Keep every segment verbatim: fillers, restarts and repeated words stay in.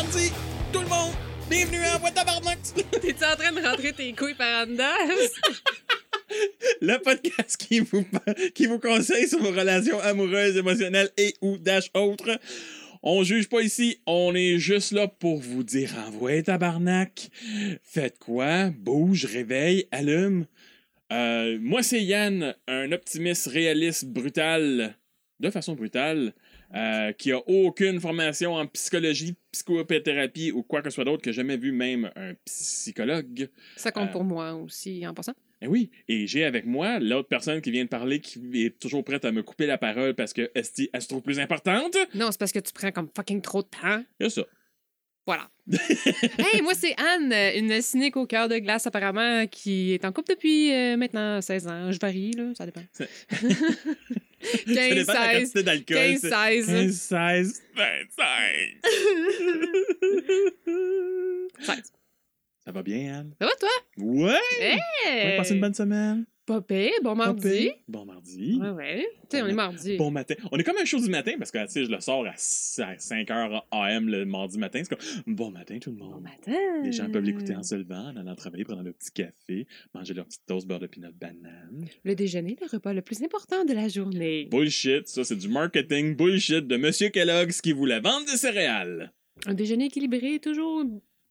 mardi, tout le monde, bienvenue à What Tabarnak! T'es-tu en train de rentrer tes couilles par en dedans? Le podcast qui vous, qui vous conseille sur vos relations amoureuses, émotionnelles et ou dash autres. On juge pas ici, on est juste là pour vous dire envoyez tabarnak. Faites quoi? Bouge, réveille, allume. Euh, moi, c'est Yann, un optimiste réaliste brutal, de façon brutale, euh, qui a aucune formation en psychologie, psychothérapie ou quoi que ce soit d'autre, que j'ai jamais vu même un psychologue. Ça compte Euh, pour moi aussi, en passant. Eh oui, et j'ai avec moi l'autre personne qui vient de parler, qui est toujours prête à me couper la parole parce que Esti, elle se trouve plus importante. Non, c'est parce que tu prends comme fucking trop de temps. C'est ça. Voilà. Hey, moi, c'est Anne, une cynique au cœur de glace, apparemment, qui est en couple depuis euh, maintenant seize ans. Je varie, là, ça dépend. C'est- quinze, Ça dépend de la seize. quantité d'alcool. quinze, c'est- seize. quinze, seize, vingt-cinq. seize. Ça va bien, Anne? Ça va, toi? Ouais! Hey! Vous avez passé une bonne semaine? Pas pire, bon mardi. Pas pire. Bon mardi. Ouais, ouais. Tu sais, on est mardi. Bon matin. On est comme un show du matin parce que, tu sais, je le sors à cinq heures A M le mardi matin. C'est comme, bon matin tout le monde. Bon matin. Les gens peuvent l'écouter en se levant, en allant travailler, prenant leur petit café, manger leur petite toast beurre de pinot banane. Le déjeuner, le repas le plus important de la journée. Bullshit, ça c'est du marketing bullshit de Monsieur Kellogg's qui voulait vendre des céréales. Un déjeuner équilibré, toujours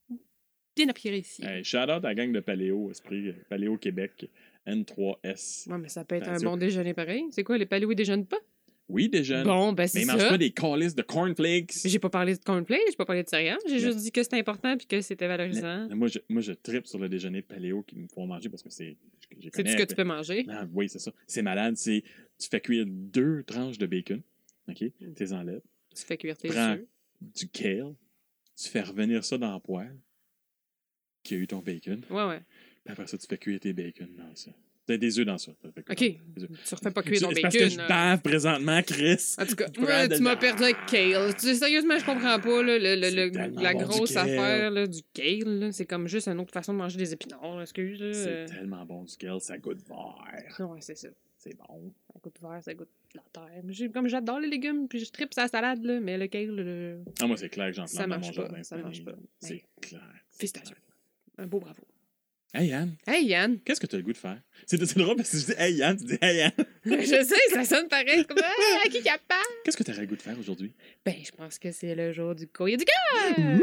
bien appliqué ici. Hey, shout out à la gang de Paléo, Esprit Paléo Québec, N trois S. Ouais, mais ça peut être Bien un sûr. bon déjeuner pareil. C'est quoi, les paléos, ils déjeunent pas? Oui, des jeunes. Bon, ben mais c'est ils mangent ça. pas des calices de cornflakes. J'ai pas parlé de cornflakes, j'ai pas parlé de céréales. J'ai Mais- juste dit que c'était important puis que c'était valorisant. Mais moi, je, moi, je trippe sur le déjeuner Paléo qu'ils me font manger parce que c'est. je- je C'est tout ce connais, que tu peux manger. Ah, oui, c'est ça. C'est malade. C'est, tu fais cuire deux tranches de bacon. OK? Tu les enlèves. Tu fais cuire tes Prends œufs. du kale. Tu fais revenir ça dans la poêle qui a eu ton bacon. Ouais, ouais. Puis après ça, tu fais cuire tes bacon dans ça. T'as des œufs dans ça. Fait que- OK. des œufs. Tu refais pas cuire ton C'est bacon. parce que je euh. bave présentement, Chris. En tout cas, Je moi, prends de- tu m'as perdu avec kale. Tu sais, sérieusement, je comprends pas là, le, le, C'est le- tellement la bon, du grosse kale. affaire là, du kale. là. C'est comme juste une autre façon de manger des épinards. là, Excuse. Là. C'est euh. tellement bon du kale, ça goûte vert. Ouais, c'est ça. C'est bon. Ça goûte vert, ça goûte la terre. Mais j'ai- Comme j'adore les légumes, puis je tripe sa salade, là, mais le kale, le... Ah, moi, c'est clair que j'en Ça plante dans marche mon pas, jardin. ça cette marche année. pas. C'est Ouais. clair. Félicitations. Un beau bravo. Hey, Yann, Hey, Yann! qu'est-ce que tu as le goût de faire? C'est c'est drôle parce que je dis Hey, Yann, tu dis Hey, Yann. Je sais, ça sonne pareil. Comme, ah, à qui qui a pas? Qu'est-ce que tu aurais le goût de faire aujourd'hui? Ben, je pense que c'est le jour du courrier du cœur!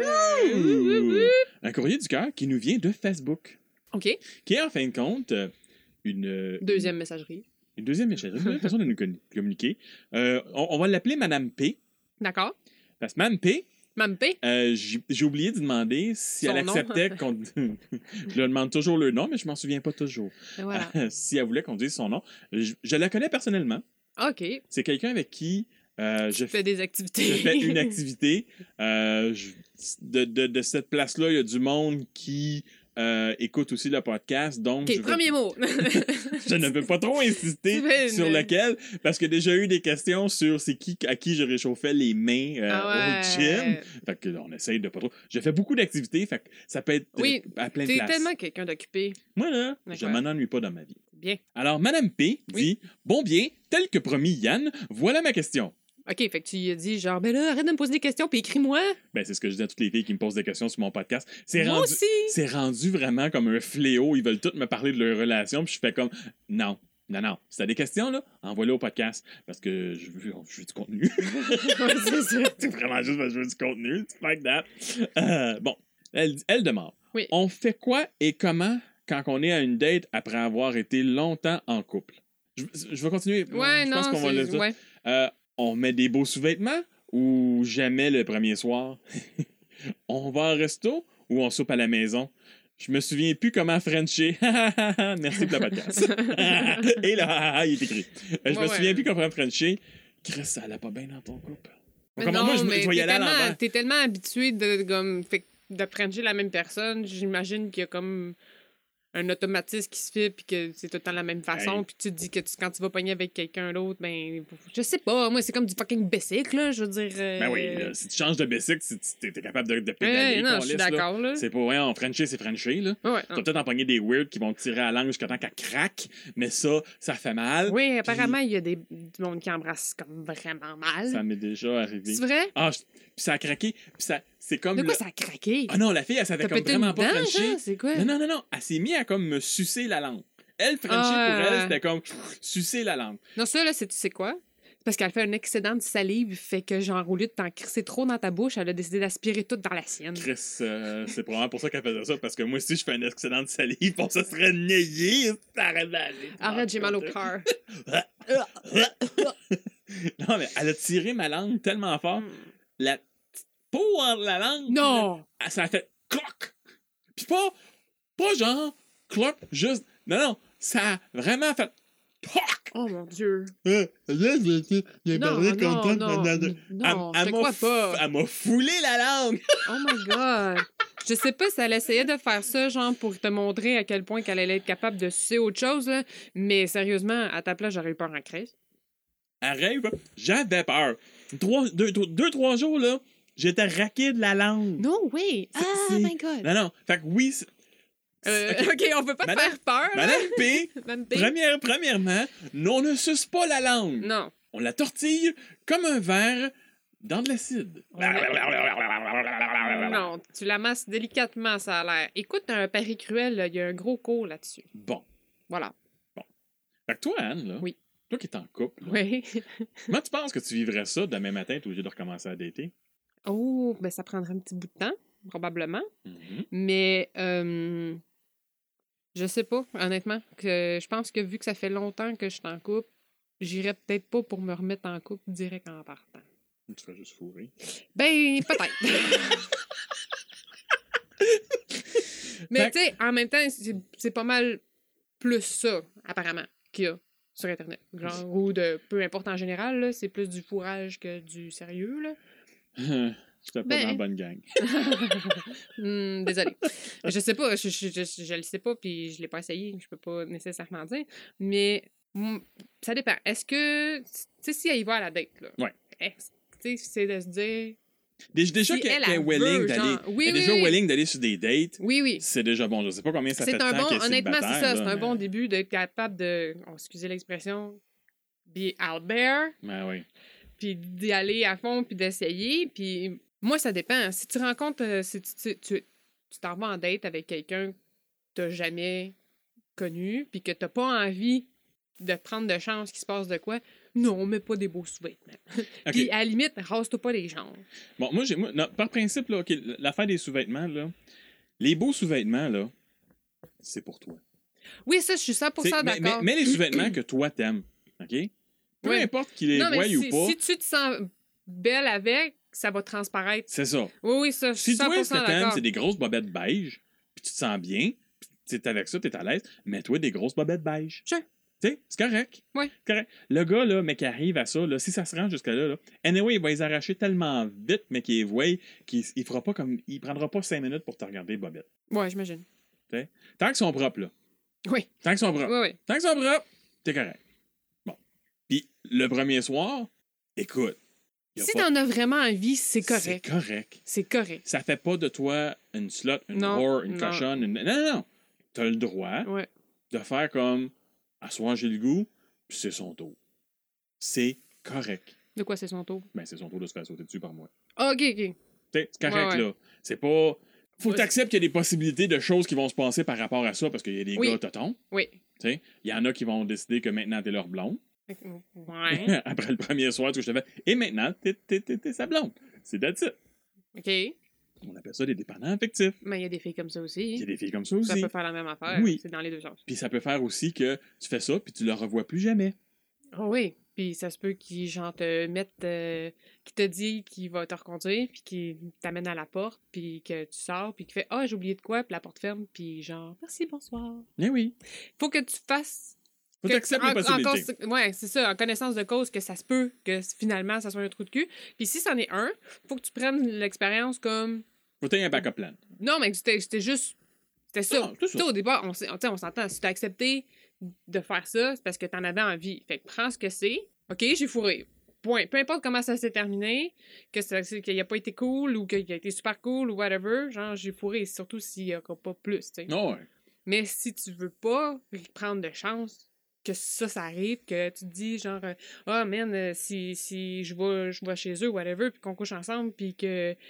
Ouh! Un courrier du cœur qui nous vient de Facebook, OK. qui est en fin de compte euh, une, Deuxième messagerie. une deuxième messagerie, une façon de nous con- communiquer. Euh, on, on va l'appeler Madame P. D'accord. Parce que Madame P, Mampé. euh, j'ai j'ai oublié de demander si Son elle nom. acceptait qu'on. Je leur demande toujours le nom, mais je m'en souviens pas toujours. Et voilà. Si elle voulait qu'on dise son nom. Je, je la connais personnellement. OK. C'est quelqu'un avec qui euh, je Je fais des activités. Je fais une activité. Euh, je- de, de, de cette place-là, il y a du monde qui euh, écoute aussi le podcast. Donc, OK, je, veux- premier mot. je ne veux pas trop insister Tu fais une- sur lequel, parce que déjà eu des questions sur c'est qui à qui je réchauffais les mains euh, Ah au gym. ouais. Fait que on essaye de pas trop. Je fais beaucoup d'activités, fait que ça peut être euh, Oui, à plein de T'es places. tellement quelqu'un d'occupé. Moi, là, je D'accord. m'en ennuie pas dans ma vie. Bien. Alors, Madame P dit Bon bien, tel que promis Yann, voilà ma question. OK, fait que tu lui as dit genre, ben là, arrête de me poser des questions puis écris-moi. Ben, c'est ce que je dis à toutes les filles qui me posent des questions sur mon podcast. C'est Moi rendu, aussi. c'est rendu vraiment comme un fléau. Ils veulent toutes me parler de leur relation, puis je fais comme non, non, non. Si t'as des questions, là, envoie-les au podcast parce que je veux, je veux du contenu. C'est ça. C'est vraiment juste parce que je veux du contenu. It's like that. Euh, bon, elle, elle demande Oui. On fait quoi et comment quand on est à une date après avoir été longtemps en couple Je, je vais continuer. Ouais, je non, pense qu'on va le c'est... dire. Ouais. Euh, on met des beaux sous-vêtements ou jamais le premier soir? On va au resto ou on soupe à la maison? Je me souviens plus comment Frencher. Merci pour le podcast. Et là, il est écrit. Euh, Je Ouais, me souviens ouais. plus comment Frencher. Chris, ça allait pas bien dans ton couple. Mais Comment non, moi, je, mais je vais y t'es aller à tellement, l'envers. t'es tellement habitué de, comme, fait, que de prendre la même personne, j'imagine qu'il y a comme un automatisme qui se fait puis que c'est tout le temps la même façon Hey. puis tu te dis que tu- quand tu vas pogner avec quelqu'un d'autre, ben, je sais pas, moi, c'est comme du fucking basic, là, je veux dire... euh, Ben oui, là, si tu changes de bicycle, si tu es capable de, de pédaler, ouais, non, je câlisse, suis là. d'accord, là. C'est pas, ouais, en Frencher, c'est Frencher, là. Ouais, Tu vas peut-être en pogner des weird qui vont te tirer à la langue jusqu'à temps qu'elle craque, mais ça, ça fait mal. oui, apparemment, il y a des, du monde qui embrasse comme vraiment mal. Ça m'est déjà arrivé. C'est vrai? Ah, je- puis ça a craqué, puis ça, c'est comme. De quoi le- ça a craqué? Ah non, la fille, elle savait T'as comme pété une vraiment pas dent, Frencher. genre? C'est quoi? Non, non, non, non. Elle s'est mise à comme me sucer la langue. Elle, Frencher, Ah, pour elle, ouais. c'était comme sucer la langue. Non, ça, là, c'est tu sais quoi? C'est parce qu'elle fait un excédent de salive, fait que, genre, au lieu de t'en crisser trop dans ta bouche, elle a décidé d'aspirer tout dans la sienne. Chris, euh, c'est probablement pour ça qu'elle faisait ça, parce que moi aussi, je fais un excédent de salive, bon, ça serait nayé. Arrête d'aller. Arrête, j'ai mal au cœur. Non, mais elle a tiré ma langue tellement fort. La petite peau entre la langue. Non! Ah, ça a fait cloc. Puis pas, pas genre cloc, juste. Non, non, ça a vraiment fait toc. Oh mon Dieu! Euh, là, j'ai j'ai Non, parlé non, content. non, Elle- non, elle je te m'a crois f- pas. Elle m'a foulé la langue. Oh my God! Je sais pas si elle essayait de faire ça, genre, pour te montrer à quel point qu'elle allait être capable de sucer autre chose, là. Mais sérieusement, à ta place, j'aurais eu peur en crise. Elle rêve, j'avais peur. Trois, deux, deux, deux, trois jours, là, j'étais raqué de la langue. Non, oui! C'est- Ah, c'est- my God! Non, non. Fait que oui. c'est- Euh, Ok. OK, on peut pas te Madame- faire peur, là. Madame P, Madame P. première, premièrement, non, on ne suce pas la langue. Non. On la tortille comme un verre dans de l'acide. Non, tu la masses délicatement, ça a l'air. Écoute, un pari cruel, là, il y a un gros cours là-dessus. Bon. Voilà. Fait que toi, Anne, là, Oui. toi qui es en couple, là, Oui. comment tu penses que tu vivrais ça demain matin, tu es obligé de recommencer à dater? Oh, ben ça prendrait un petit bout de temps, probablement. Mhm. Mais euh, je sais pas, honnêtement. Que je pense que vu que ça fait longtemps que je suis en couple, j'irais peut-être pas pour me remettre en couple direct en partant. Tu ferais juste fourrer. Ben, peut-être. Mais Fait- tu sais, en même temps, c'est c'est pas mal plus ça, apparemment, qu'il y a sur Internet. Genre, ou de peu importe en général, là, c'est plus du fourrage que du sérieux, là. Je t'ai pas Ben. dans la bonne gang. Hmm, désolée. Je sais pas, je, je, je, je le sais pas, puis je l'ai pas essayé, je peux pas nécessairement dire. Mais mm, ça dépend. Est-ce que, tu sais, si elle y va à la date, là, Ouais. est-ce- tu sais, c'est de se dire, Déjà, déjà Si qu'elle elle, qu'elle est elle willing veut, d'aller genre, oui, elle est oui, déjà oui. willing d'aller sur des dates, oui, oui. c'est déjà bon. Je sais pas combien ça fait C'est de un temps bon, qu'elle est honnêtement, c'est célibataire, ça, c'est là, un mais- bon début d'être capable de, oh, excusez l'expression, be out there, Ben oui. puis d'y aller à fond, puis d'essayer. Puis moi, ça dépend. Si tu rencontres, euh, si tu tu- tu- tu t'en vas en date avec quelqu'un que t'as jamais connu, puis que t'as pas envie de prendre de chance qu'il se passe de quoi, non, mets pas des beaux sous-vêtements. OK. Puis à la limite, rase-toi pas les jambes. Bon, moi, j'ai, moi non, par principe, là, OK, l'affaire des sous-vêtements, là, les beaux sous-vêtements, là, c'est pour toi. Oui, ça, je suis cent pour cent C'est- mais, mais, d'accord. mais les sous-vêtements que toi t'aimes, OK? Peu Ouais. importe qu'il les Non, voie mais ou si, pas, si tu te sens belle avec, ça va transparaître. c'est ça. Oui, oui, ça, je suis Si toi, cent ce pour cent que t'aimes, d'accord. c'est des grosses bobettes beige, puis tu te sens bien, puis t'es avec ça, t'es à l'aise, mets-toi des grosses bobettes beige. Sure. Tu sais, c'est correct. Ouais. C'est correct. Le gars, là, mais qui arrive à ça, là, si ça se rend jusqu'à là, là, anyway, il va les arracher tellement vite, mais qu'il les voit, qu'il il fera pas comme. Il prendra pas cinq minutes pour te regarder les bobettes. Ouais, j'imagine. Tant qu'ils sont propres, là. Oui, Tant qu'ils sont propres. oui, oui. Tant qu'ils sont propres, t'es correct. Bon. Puis le premier soir, écoute. y a Si pas- t'en as vraiment envie, c'est C'est correct. correct. C'est correct. Ça fait pas de toi une slut, une Non, whore, une non. cochonne. Une... Non, non, non. T'as le droit Ouais. de faire comme à soir j'ai le goût, puis c'est son tour. C'est correct. De quoi c'est son tour? Ben, c'est son tour de se faire sauter dessus par moi. Ah, OK, OK. T'sais, c'est correct, Ouais, ouais. là. C'est pas. Faut que Ouais, t'acceptes qu'il y a des possibilités de choses qui vont se passer par rapport à ça, parce qu'il y a des Oui. gars totons. Oui. Il y en a qui vont décider que maintenant t'es leur blonde. Ouais. Après le premier soir, tu sais, je te fais. Et maintenant, t'es, t'es, t'es, t'es sa blonde. C'est that's it. OK. On appelle ça des dépendants affectifs. Mais il y a des filles comme ça Il y aussi. a des filles comme ça Ça aussi. peut faire la même affaire. Oui. C'est dans les deux sens. Puis ça peut faire aussi que tu fais ça, puis tu le revois plus jamais. Oh oui. Puis ça se peut qu'il genre te mette, euh, qu'il te dit qu'il va te reconduire, puis qu'il t'amène à la porte, puis que tu sors, puis qu'il fait ah j'ai oublié de quoi, puis la porte ferme, puis genre merci bonsoir. Mais oui. Faut que tu fasses. Faut que t'accepter tu- les en- en possibilités. cons- ouais, c'est ça, en connaissance de cause que ça se peut que finalement ça soit un trou de cul. Puis si c'en est un, faut que tu prennes l'expérience comme Faut que t'aies un backup plan. non mais que c'était c'était juste c'était ça. Non, c'est ça. Tu sais, au départ, on, s'est- on, tu sais, on s'entend. Si t'as accepté de faire ça, c'est parce que t'en avais envie. Fait que prends ce que c'est. OK, j'ai fourré. Point. Peu importe comment ça s'est terminé, que ça, c'est- qu'il a pas été cool ou qu'il a été super cool ou whatever, genre, j'ai fourré. Surtout s'il y a pas plus, tu sais. Non, ouais. Mais si tu veux pas prendre de chance que ça, ça arrive, que tu te dis genre euh, ah man, euh, si, si je vais je vais chez eux, whatever, puis qu'on couche ensemble, puis que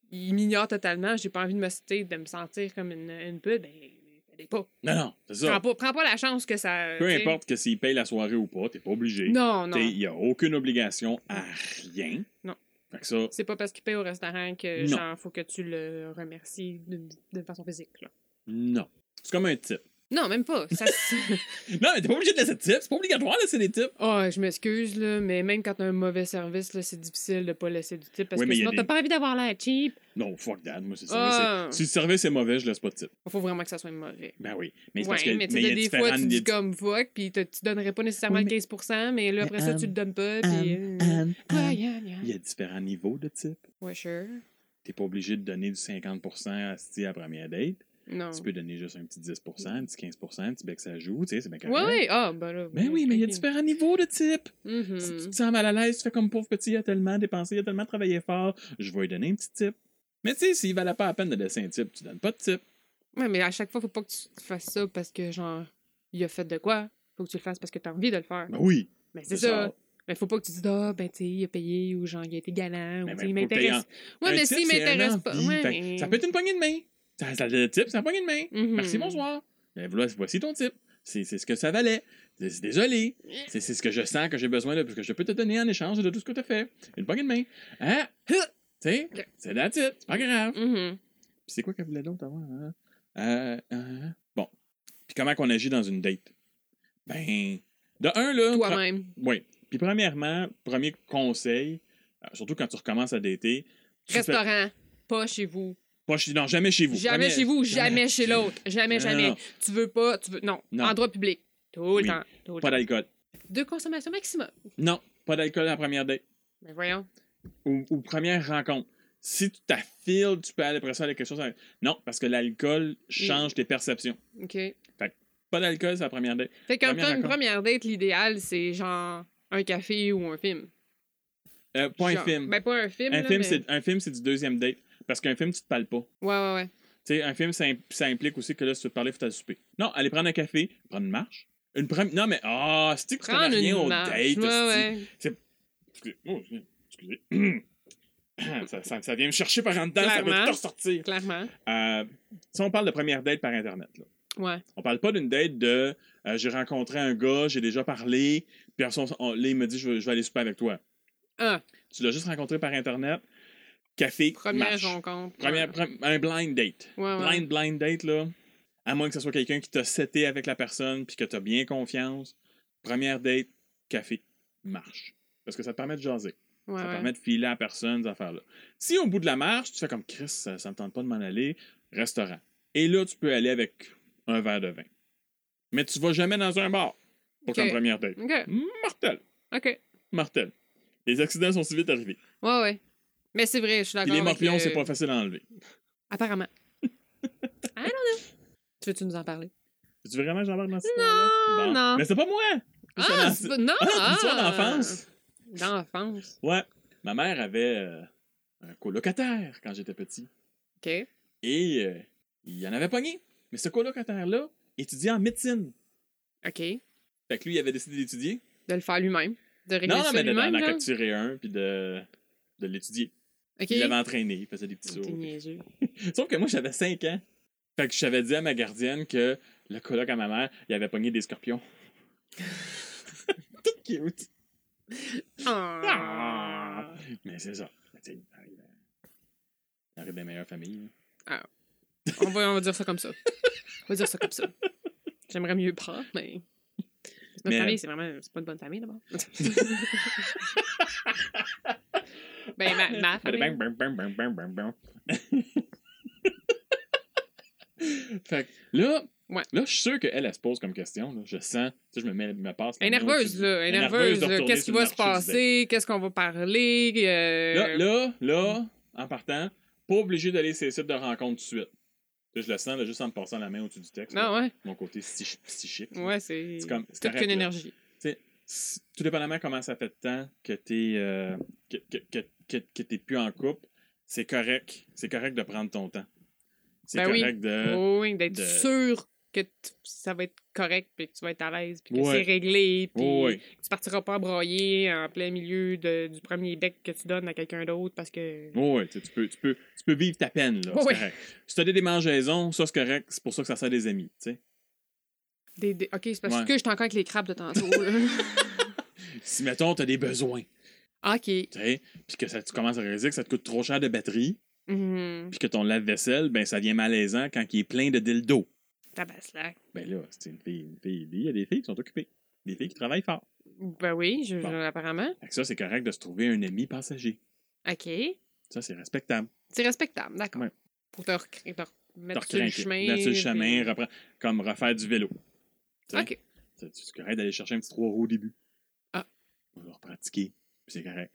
il m'ignore totalement, j'ai pas envie de me, tu sais, de me sentir comme une, une pute, ben, fallait pas. Non, non, c'est Prends ça. pas, prends pas la chance que ça. Peu t'sais. importe que s'il paye la soirée ou pas, t'es pas obligé. Non, non. Il n'y a aucune obligation à rien. Non. Fait que ça, C'est pas parce qu'il paye au restaurant que, Non. genre, faut que tu le remercies d'une d'une façon physique, là. non. C'est comme un type. Non, même pas. Ça, c'est- Non, mais t'es pas obligé de laisser de type. C'est pas obligatoire de laisser des types. oh, je m'excuse, là, mais même quand t'as un mauvais service, là, c'est difficile de pas laisser du type parce Oui, que mais y a sinon, des- t'as pas envie d'avoir l'air cheap. Non, fuck that. Moi, c'est Ah. ça. Si le service est mauvais, je laisse pas de type. Faut vraiment que ça soit mauvais. Ben oui. Mais c'est Ouais, parce que. mais tu mais sais, il y a des fois, différents- tu dis il y a- comme fuck, puis tu donnerais pas nécessairement Oui, le mais- quinze pour cent, mais là, après ça, Anne, tu le donnes pas, puis. Anne, euh, Anne, Quoi, Anne. Yann, Yann? Il y a différents niveaux de type. Ouais, sure. T'es pas obligé de donner du cinquante pour cent à sti à la première date. Non. Tu peux donner juste un petit dix pour cent, un petit quinze pour cent, un petit bec ça joue, tu sais, c'est bien correct. Ouais, ouais. Ah, ben là. Ben oui, mais il y a différents niveaux de type. Mhm. Si tu te sens mal à l'aise, tu fais comme pauvre petit, il a tellement dépensé, il a tellement travaillé fort, je vais lui donner un petit tip. Mais tu sais, s'il valait pas la peine de laisser un tip, tu donnes pas de tip. Ouais, mais à chaque fois, faut pas que tu fasses ça parce que, genre, il a fait de quoi. Faut que tu le fasses parce que t'as envie de le faire. Ben oui. Mais c'est ça. Mais faut pas que tu dises, ah, ben, tu sais, il a payé ou genre, il a été galant ou, Mais tu sais, il ben, faut que t'aies m'intéresse. un- Ouais, un mais tip, s'il c'est un m'intéresse pas. envie. Ouais, Fait que mais- ça peut être une poignée de main. Ça, ça, le tip, c'est une poignée de main. Mhm. Merci, bonsoir. Ben, voilà, voici ton tip. C'est c'est ce que ça valait. C'est- c'est Désolé. C'est c'est ce que je sens que j'ai besoin de, parce que je peux te donner en échange de tout ce que tu as fait. Une poignée de main. Hein? Tu sais, Ok. c'est la tip. C'est pas grave. Mhm. Puis c'est quoi qu'elle voulait d'autre avoir? Hein? Euh, euh, bon. Puis comment qu'on agit dans une date? Ben, de un, là... Toi-même. Oui. Puis premièrement, premier conseil, euh, surtout quand tu recommences à dater... tu fais- Restaurant, pas chez vous. Pas chez... Non, jamais chez vous. Jamais Premier- chez vous, jamais chez l'autre. Jamais, Non, non, jamais. non. Tu veux pas, tu veux. Non. Non. Endroit public. Tout le Oui. temps. Tout le Pas temps. d'alcool. De consommation maximum. Non, pas d'alcool à la première date. Mais voyons. Ou, ou première rencontre. Si tu t'affiles, tu peux aller après ça avec quelque chose. avec- Non, parce que l'alcool change tes perceptions. OK. Pas d'alcool, c'est la première date. Fait qu'un Première une rencontre. première date, l'idéal, c'est genre un café ou un film. Euh, pas Genre- un film. Ben, pas un film. un, là, film mais- c'est, un film, c'est du deuxième date. Parce qu'un film, tu te parles pas. Ouais, ouais, ouais. Tu sais, un film, ça, imp- ça implique aussi que là, si tu veux te parler, il faut aller souper. Non, aller prendre un café, prendre une marche. Une première. Non, mais. Ah, c'est que tu connais Prendre rien une au marche. date. Ouais, hostie. ouais. Excusez. Oh, excusez. ça, ça, ça vient me chercher par en dedans, ça va Clairement. tout ressortir. Clairement. Euh, si on parle de première date par Internet, là. Ouais. On parle pas d'une date de euh, j'ai rencontré un gars, j'ai déjà parlé, puis après, on- on- là, il me dit je vais, je vais aller souper avec toi. Ah, Tu l'as juste rencontré par Internet, café, première marche. rencontre. Première, Ouais. pre- un blind date. Ouais, ouais. Blind, blind date, là. À moins que ce soit quelqu'un qui t'a seté avec la personne puis que t'as bien confiance. Première date, café, marche. Parce que ça te permet de jaser. Ouais, ça te ouais. permet de filer à la personne, ces affaires-là. Si au bout de la marche, tu fais comme Chris, ça, ça me tente pas de m'en aller, restaurant. Et là, tu peux aller avec un verre de vin. Mais tu vas jamais dans un bar pour Ok. ta première date. OK. Mortel. OK. Mortel. Les accidents sont si vite arrivés. Ouais, ouais. Mais c'est vrai, je suis Puis d'accord. les avec, morpions, euh, c'est pas facile à enlever. Apparemment. I don't know. Tu veux-tu nous en parler? Tu veux vraiment que j'embarque dans cette Non, histoire-là? Bon. non. Mais c'est pas moi! C'est Ah, dans- c'est pas... Non! Ah, c'est une histoire ah! d'enfance. D'enfance. Ouais. Ma mère avait euh, un colocataire quand j'étais petit. OK. Et euh, il en avait pogné. Mais ce colocataire-là étudiait en médecine. OK. Fait que lui, il avait décidé d'étudier. De le faire lui-même. De régler Non, non, ça mais de- d'en lui-même, d'en genre? capturer un, puis de, de l'étudier. OK. Il l'avait entraîné, il faisait des petits T'es sauts. niaiseux. Sauf que moi, j'avais cinq ans. Fait que j'avais dit à ma gardienne que le coloc à ma mère, il avait pogné des scorpions. Tout cute. Ah. Ah! Mais c'est ça. Tu sais, il arrive, il arrive des meilleures familles. On va, on va dire ça comme ça. On va dire ça comme ça. J'aimerais mieux prendre, mais... Notre Mais- famille, c'est vraiment... C'est pas une bonne famille, d'abord. ben, ma, ma famille. Bang, bang, bang, bang, bang, bang, bang. Fait que là, Ouais. là, je suis sûr qu'elle, elle se pose comme question. Là. Je sens, tu sais, je me, mets, me passe. Elle est la main nerveuse, au-dessus là. Elle est Elle est nerveuse, nerveuse de là. retourner Qu'est-ce qui sur va le se marché du passer? Qu'est-ce qu'on va parler? euh, Là, là, là, en partant, pas obligé d'aller sur les sites de rencontres tout de suite. Tu sais, je le sens là, juste en me passant la main au-dessus du texte. là. Non, ouais. Mon côté psy- psychique. là. Ouais, c'est... C'est comme- c'est C'est toute correct, qu'une là. énergie. Tu sais, si- tout dépendamment comment ça fait de temps que t'es euh, que, que, que, que, que t'es plus en couple, c'est correct. C'est correct de prendre ton temps. C'est Ben oui. correct de. Oh, oui, d'être de- sûr que t- ça va être correct, puis que tu vas être à l'aise, puis que Ouais. c'est réglé, puis Ouais. que tu partiras pas à broyer en plein milieu de- du premier bec que tu donnes à quelqu'un d'autre parce que... Oh, ouais, tu, sais, tu peux, tu, peux, tu peux vivre ta peine, là. Ouais, C'est ouais. correct. Si t'as des démangeaisons, ça, c'est correct. C'est pour ça que ça sert des amis, tu sais. Des, des- OK, c'est parce Ouais. que j'étais encore avec les crabes de tantôt. là. Si, mettons, t'as des besoins, OK. tu sais, puis que ça, tu commences à réaliser que ça te coûte trop cher de batterie, Mhm. puis que ton lave-vaisselle, ben, ça devient malaisant quand il est plein de dildos. Tabaslac. Ben là, c'est une fille, une fille. Il y a des filles qui sont occupées. Des filles qui travaillent fort. Ben oui, je, Bon. je- apparemment. Fait que ça, c'est correct de se trouver un ami passager. OK. Ça, c'est respectable. C'est respectable, d'accord. Ouais. Pour te, rec- te re- Te mettre sur le recrinquer, chemin. mettre sur le chemin, puis- reprendre- comme refaire du vélo. Tu sais, OK. C'est c'est correct d'aller chercher un petit trois roues au début. Ah. On va pratiquer. Puis c'est correct.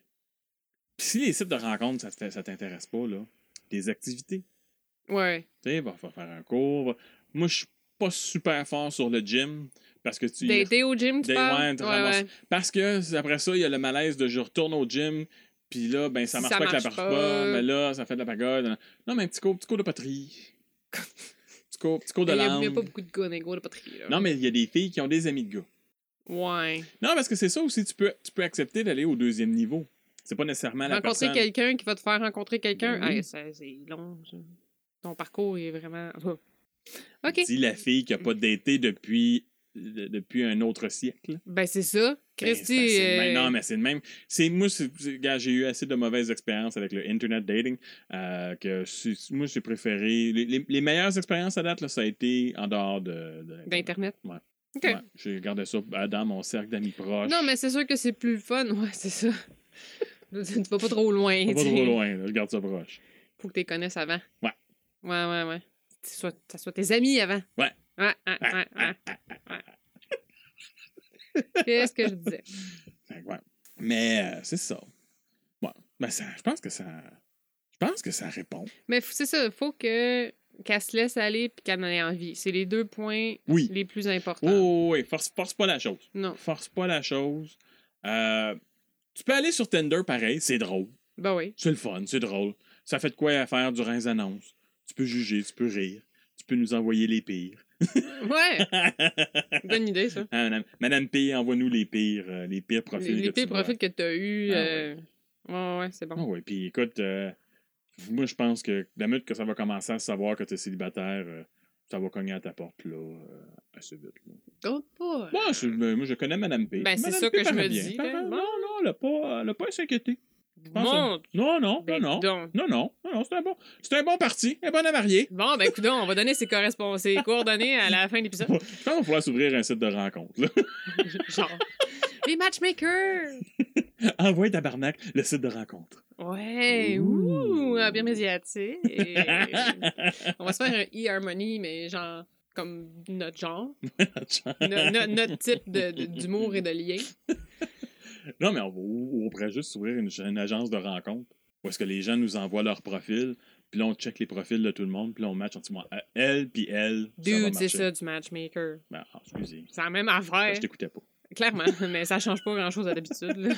Puis si les sites de rencontres, ça, t- ça t'intéresse pas, là, des activités. Ouais. Tu sais, va, va faire un cours. va- Moi, je suis pas super fort sur le gym parce que tu. Dater au gym, tu Des- parles? ouais, tu Ouais, ramasses- ouais. Parce que après ça, il y a le malaise de je retourne au gym, puis là, ben ça Si marche ça pas avec la marche marche pas. pas, mais là, ça fait de la pagode. Non, mais un petit cours, petit cours de poterie. petit, cours, petit cours de Il y a, il y a langue. pas beaucoup de gars dans les gars de poterie, là. Non, mais il y a des filles qui ont des amis de gars. Ouais. Non, parce que c'est ça aussi, tu peux, tu peux accepter d'aller au deuxième niveau. C'est pas nécessairement la Rencontrer personne. quelqu'un qui va te faire rencontrer quelqu'un, Ben oui. hey, ça- c'est long. ça. Ton parcours est vraiment... OK. Dis la fille qui a pas daté depuis, de- depuis un autre siècle. Ben, c'est ça. Ben, Christy... c'est assez le même. euh, Non, mais c'est le même. C'est, moi, c'est, c'est- gars, j'ai eu assez de mauvaises expériences avec le Internet dating euh, que c'est- moi, j'ai préféré. Les, les- les meilleures expériences à date, là, ça a été en dehors de, de D'Internet. Ouais. OK. Ouais, j'ai gardé ça dans mon cercle d'amis proches. Non, mais c'est sûr que c'est plus fun. Ouais, c'est ça. Tu vas pas trop loin. Pas tu sais. trop loin, là, je garde ça proche. Faut que tu les connaisses avant. Ouais. Ouais, ouais, ouais. Que ça soit, ça soit tes amis avant. Ouais. Ouais, ouais, ouais, ouais. ouais. Qu'est-ce que je disais? Fait que, ouais. Mais euh, c'est ça. Ouais. Ben, ça. Je pense que ça. Je pense que ça répond. Mais f- c'est ça, faut que qu'elle se laisse aller puis qu'elle en ait envie. C'est les deux points Oui. les plus importants. Oh, oui, force, force pas la chose. Non. Force pas la chose. Euh, tu peux aller sur Tinder pareil, c'est drôle. Ben oui. C'est le fun, c'est drôle. Ça fait de quoi à faire durant les annonces. Tu peux juger, tu peux rire. Tu peux nous envoyer les pires. Ouais. Bonne idée, ça. Ah, Madame, Madame P, envoie-nous les pires, euh, les pires profils. Les, les que pires tu vois. profils que tu as eus. Ah euh, ouais, ouais, c'est Ah bon. oui, puis écoute, euh, moi je pense que la minute que ça va commencer à savoir que tu es célibataire, euh, ça va cogner à ta porte là, euh, assez vite. Là. Oh, pas. Moi, je, moi, je connais Madame P. Ben, c'est Madame ça P que je paraît me bien. dis, Paraît- là. Non, non, elle n'a pas, elle a pas à s'inquiéter. pense Bon. Non, non, Ben, non, non. coudonc. Non, non, non, non, c'est un bon, c'est un bon parti, un bon à marier. Bon, ben, écoute, on va donner ses, correspond- ses coordonnées à la fin de l'épisode. Je pense qu'on va pouvoir s'ouvrir un site de rencontre. Là. Genre. Les matchmakers! Envoie tabarnak le site de rencontre. Ouais, ouh, un bien médiatique. On va se faire un e-harmony, mais genre, comme notre genre. No- no- notre type de- de- d'humour et de lien. Non, mais on, va, ou- ou on pourrait juste ouvrir une, une agence de rencontre où est-ce que les gens nous envoient leurs profils, puis là, on check les profils de tout le monde, puis là, on match entre moi, elle, puis elle. ça va Dude, c'est marcher. ça, du matchmaker. Ben, ah, excusez. C'est la même Ben, affaire. je t'écoutais pas. Clairement, mais ça change pas grand-chose à l'habitude. là.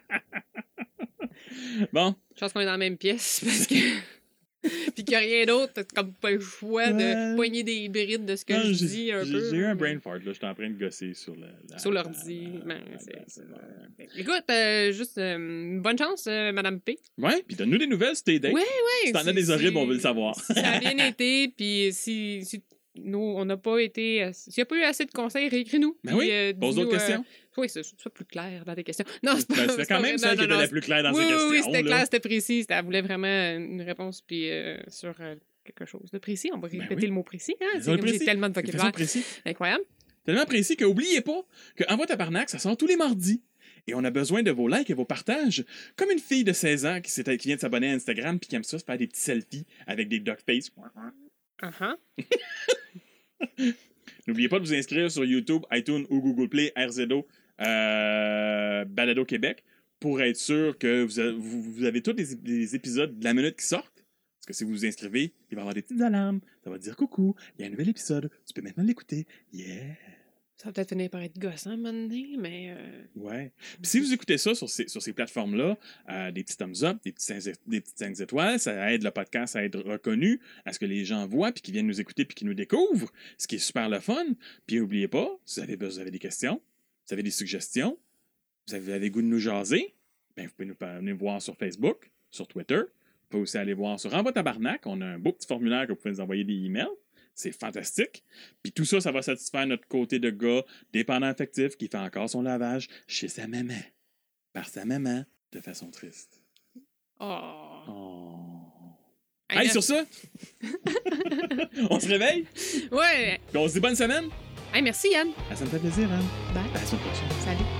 Bon. Je pense qu'on est dans la même pièce, parce que... Puis qu'il n'y a rien d'autre, t'as comme pas le choix de Ouais. poigner des brides de ce que Non, je j'ai- dis un j'ai- peu. J'ai eu un mais- brain fart, là. J'étais en train de gosser sur le... la- Sur la- l'ordi. la- Ben, la- c'est- la- c'est- la- Écoute, euh, juste euh, bonne chance, euh, Madame P. Ouais, puis donne-nous des nouvelles sur tes dates. Ouais, Si t'en as c'est- des horribles, c'est- on veut le savoir. Si ça a bien été, puis si, si nous, on n'a pas été... euh, S'il n'y a pas eu assez de conseils, réécris-nous. Ben oui, puis, euh, pose dis-nous, d'autres euh, questions. Oui, c'est soit plus clair dans tes questions. Non, c'est pas, Ben, c'est C'était pas quand même vrai. celle Non, qui non, était non, la plus claire dans oui, ses oui, questions. oui, c'était là. clair, c'était précis. Elle voulait vraiment une réponse puis euh, sur euh, quelque chose de précis. On va Ben répéter oui. le mot précis. Hein? Le C'est mot comme j'ai précis. tellement de Fais ça vocabulaire. précis. Incroyable. Tellement précis que oubliez pas que Envoie Tabarnak, ça sort tous les mardis. Et on a besoin de vos likes et vos partages. Comme une fille de seize ans qui, s'est- qui vient de s'abonner à Instagram puis qui aime ça se faire des petits selfies avec des duckface. Uh-huh. N'oubliez pas de vous inscrire sur YouTube, iTunes ou Google Play, R Z O, euh, Balado Québec pour être sûr que vous avez, vous, vous avez tous les, les épisodes de la minute qui sortent. Parce que si vous vous inscrivez, il va y avoir des petites alarmes. Ça va dire coucou, il y a un nouvel épisode. Tu peux maintenant l'écouter. Yeah! Ça va peut-être finir par être gossant à un moment donné, mais... Euh... Ouais. Puis si vous écoutez ça sur ces, sur ces plateformes-là, euh, des petits thumbs up, des, petits cinq, des petites cinq étoiles, ça aide le podcast à être reconnu, à ce que les gens voient, puis qu'ils viennent nous écouter, puis qu'ils nous découvrent, ce qui est super le fun. Puis n'oubliez pas, si vous avez, vous avez des questions, vous avez des suggestions, vous avez, vous avez le goût de nous jaser, bien, vous pouvez nous venir voir sur Facebook, sur Twitter. Vous pouvez aussi aller voir sur Envoi Tabarnak. On a un beau petit formulaire que vous pouvez nous envoyer des emails. C'est fantastique. Puis tout ça, ça va satisfaire notre côté de gars dépendant affectif qui fait encore son lavage chez sa maman. Par sa maman, de façon triste. Oh. Oh. Hey, Hey, sur ça, on se réveille. Ouais. Puis on se dit bonne semaine. Hey, merci, Yann. Ah, ça me fait plaisir, Anne. Bye. À la semaine prochaine. Salut.